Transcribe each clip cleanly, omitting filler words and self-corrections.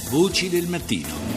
Voci del mattino.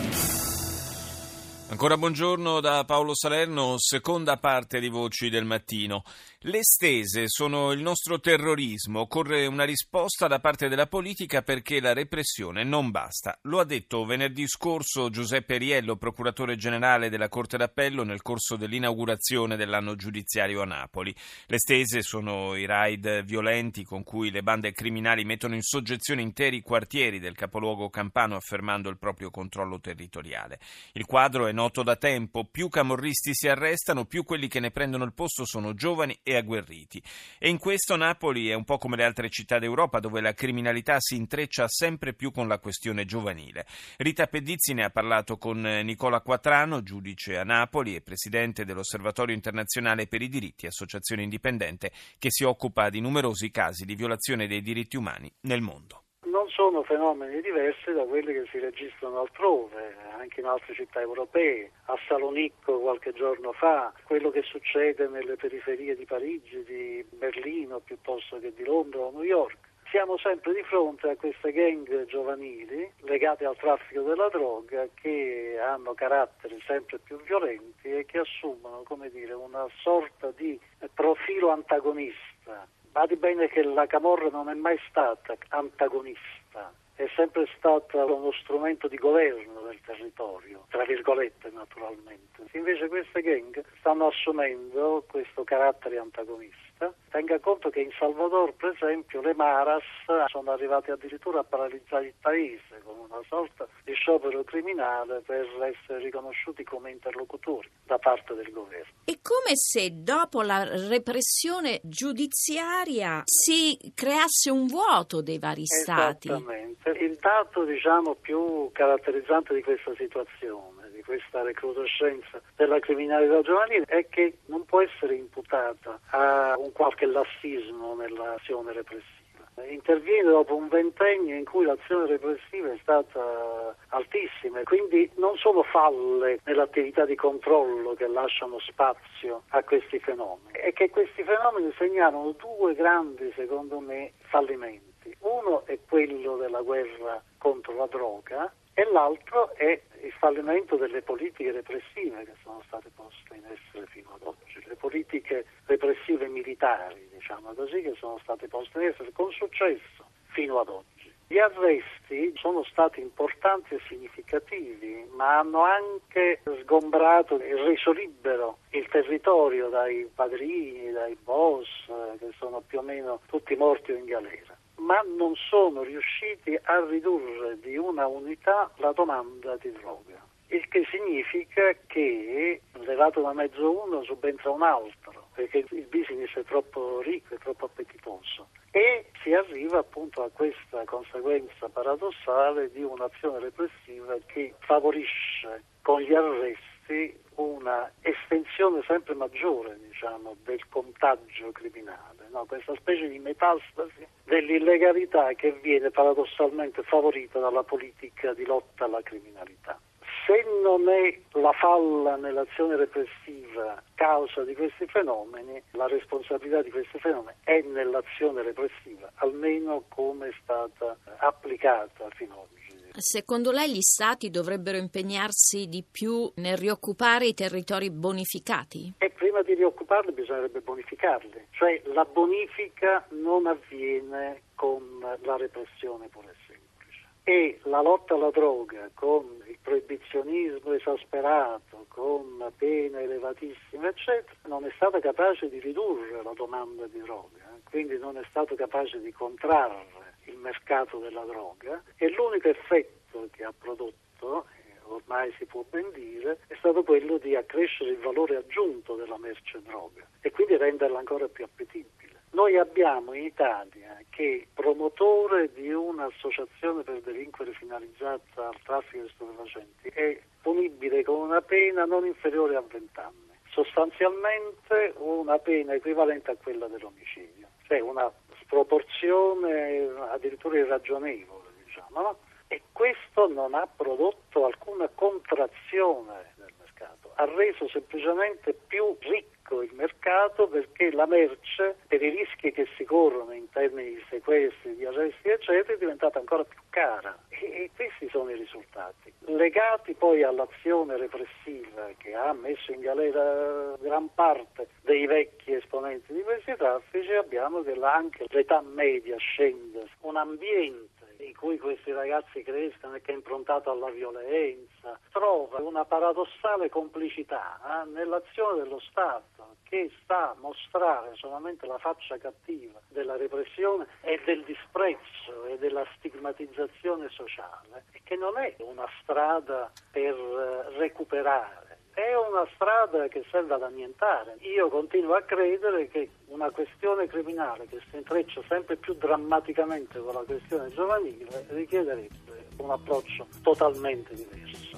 Ancora buongiorno da Paolo Salerno, seconda parte di Voci del Mattino. Le stese sono il nostro terrorismo, occorre una risposta da parte della politica perché la repressione non basta. Lo ha detto venerdì scorso Giuseppe Riello, procuratore generale della Corte d'Appello, nel corso dell'inaugurazione dell'anno giudiziario a Napoli. Le stese sono i raid violenti con cui le bande criminali mettono in soggezione interi quartieri del capoluogo campano affermando il proprio controllo territoriale. Il quadro è noto da tempo, più camorristi si arrestano, più quelli che ne prendono il posto sono giovani e agguerriti. E in questo Napoli è un po' come le altre città d'Europa, dove la criminalità si intreccia sempre più con la questione giovanile. Rita Pedizzi ne ha parlato con Nicola Quattrano, giudice a Napoli e presidente dell'Osservatorio Internazionale per i Diritti, associazione indipendente che si occupa di numerosi casi di violazione dei diritti umani nel mondo. Non sono fenomeni diversi da quelli che si registrano altrove, anche in altre città europee. A Salonicco qualche giorno fa, quello che succede nelle periferie di Parigi, di Berlino, piuttosto che di Londra o New York. Siamo sempre di fronte a queste gang giovanili legate al traffico della droga che hanno caratteri sempre più violenti e che assumono, come dire, una sorta di profilo antagonista. Badi bene che la camorra non è mai stata antagonista, è sempre stata uno strumento di governo del territorio, tra virgolette naturalmente. Invece queste gang stanno assumendo questo carattere antagonista. Tenga conto che in Salvador, per esempio, le Maras sono arrivate addirittura a paralizzare il paese con una sorta di sciopero criminale per essere riconosciuti come interlocutori da parte del governo. È come se dopo la repressione giudiziaria si creasse un vuoto dei vari stati. Esattamente. Il dato, più caratterizzante di questa situazione, di questa recrudescenza della criminalità giovanile, è che non può essere imputata a un qualche lassismo nell'azione repressiva. Interviene dopo un ventennio in cui l'azione repressiva è stata altissima e quindi non sono falle nell'attività di controllo che lasciano spazio a questi fenomeni, e che questi fenomeni segnalano due grandi, secondo me, fallimenti. Uno è quello della guerra contro la droga e l'altro è il fallimento delle politiche repressive che sono state poste in essere fino ad oggi, le politiche repressive militari, così, che sono state poste in essere con successo fino ad oggi. Gli arresti sono stati importanti e significativi, ma hanno anche sgombrato e reso libero il territorio dai padrini, dai boss, che sono più o meno tutti morti o in galera. Ma non sono riusciti a ridurre di una unità la domanda di droga, il che significa che, levato da mezzo uno, subentra un altro, perché il business è troppo ricco, è troppo appetitoso, e si arriva appunto a questa conseguenza paradossale di un'azione repressiva che favorisce con gli arresti una estensione sempre maggiore, del contagio criminale, questa specie di metastasi dell'illegalità che viene paradossalmente favorita dalla politica di lotta alla criminalità. Se non è la falla nell'azione repressiva causa di questi fenomeni, la responsabilità di questi fenomeni è nell'azione repressiva, almeno come è stata applicata fino ad oggi. Secondo lei gli Stati dovrebbero impegnarsi di più nel rioccupare i territori bonificati? E prima di rioccuparli bisognerebbe bonificarli, cioè la bonifica non avviene con la repressione pura e semplice. E la lotta alla droga con il proibizionismo esasperato, con pene elevatissime, eccetera, non è stata capace di ridurre la domanda di droga, quindi non è stato capace di contrarre il mercato della droga, e l'unico effetto che ha prodotto, ormai si può ben dire, è stato quello di accrescere il valore aggiunto della merce droga e quindi renderla ancora più appetibile. Noi abbiamo in Italia, che promotore di un'associazione per delinquere finalizzata al traffico di stupefacenti, è punibile con una pena non inferiore a 20 anni, sostanzialmente una pena equivalente a quella dell'omicidio, cioè una sproporzione addirittura irragionevole, no? E questo non ha prodotto alcuna contrazione del mercato, ha reso semplicemente più ricco il mercato, perché la merce, per i rischi che si corrono in termini di sequestri, di arresti eccetera, è diventata ancora più cara, e questi sono ottimi risultati, legati poi all'azione repressiva che ha messo in galera gran parte dei vecchi esponenti di questi traffici. Abbiamo che anche l'età media scende, un ambiente in cui questi ragazzi crescono e che è improntato alla violenza, trova una paradossale complicità nell'azione dello Stato, che sta a mostrare solamente la faccia cattiva della repressione e del disprezzo e della stigmatizzazione sociale, e che non è una strada per recuperare. È una strada che serve ad annientare. Io continuo a credere che una questione criminale che si intreccia sempre più drammaticamente con la questione giovanile richiederebbe un approccio totalmente diverso.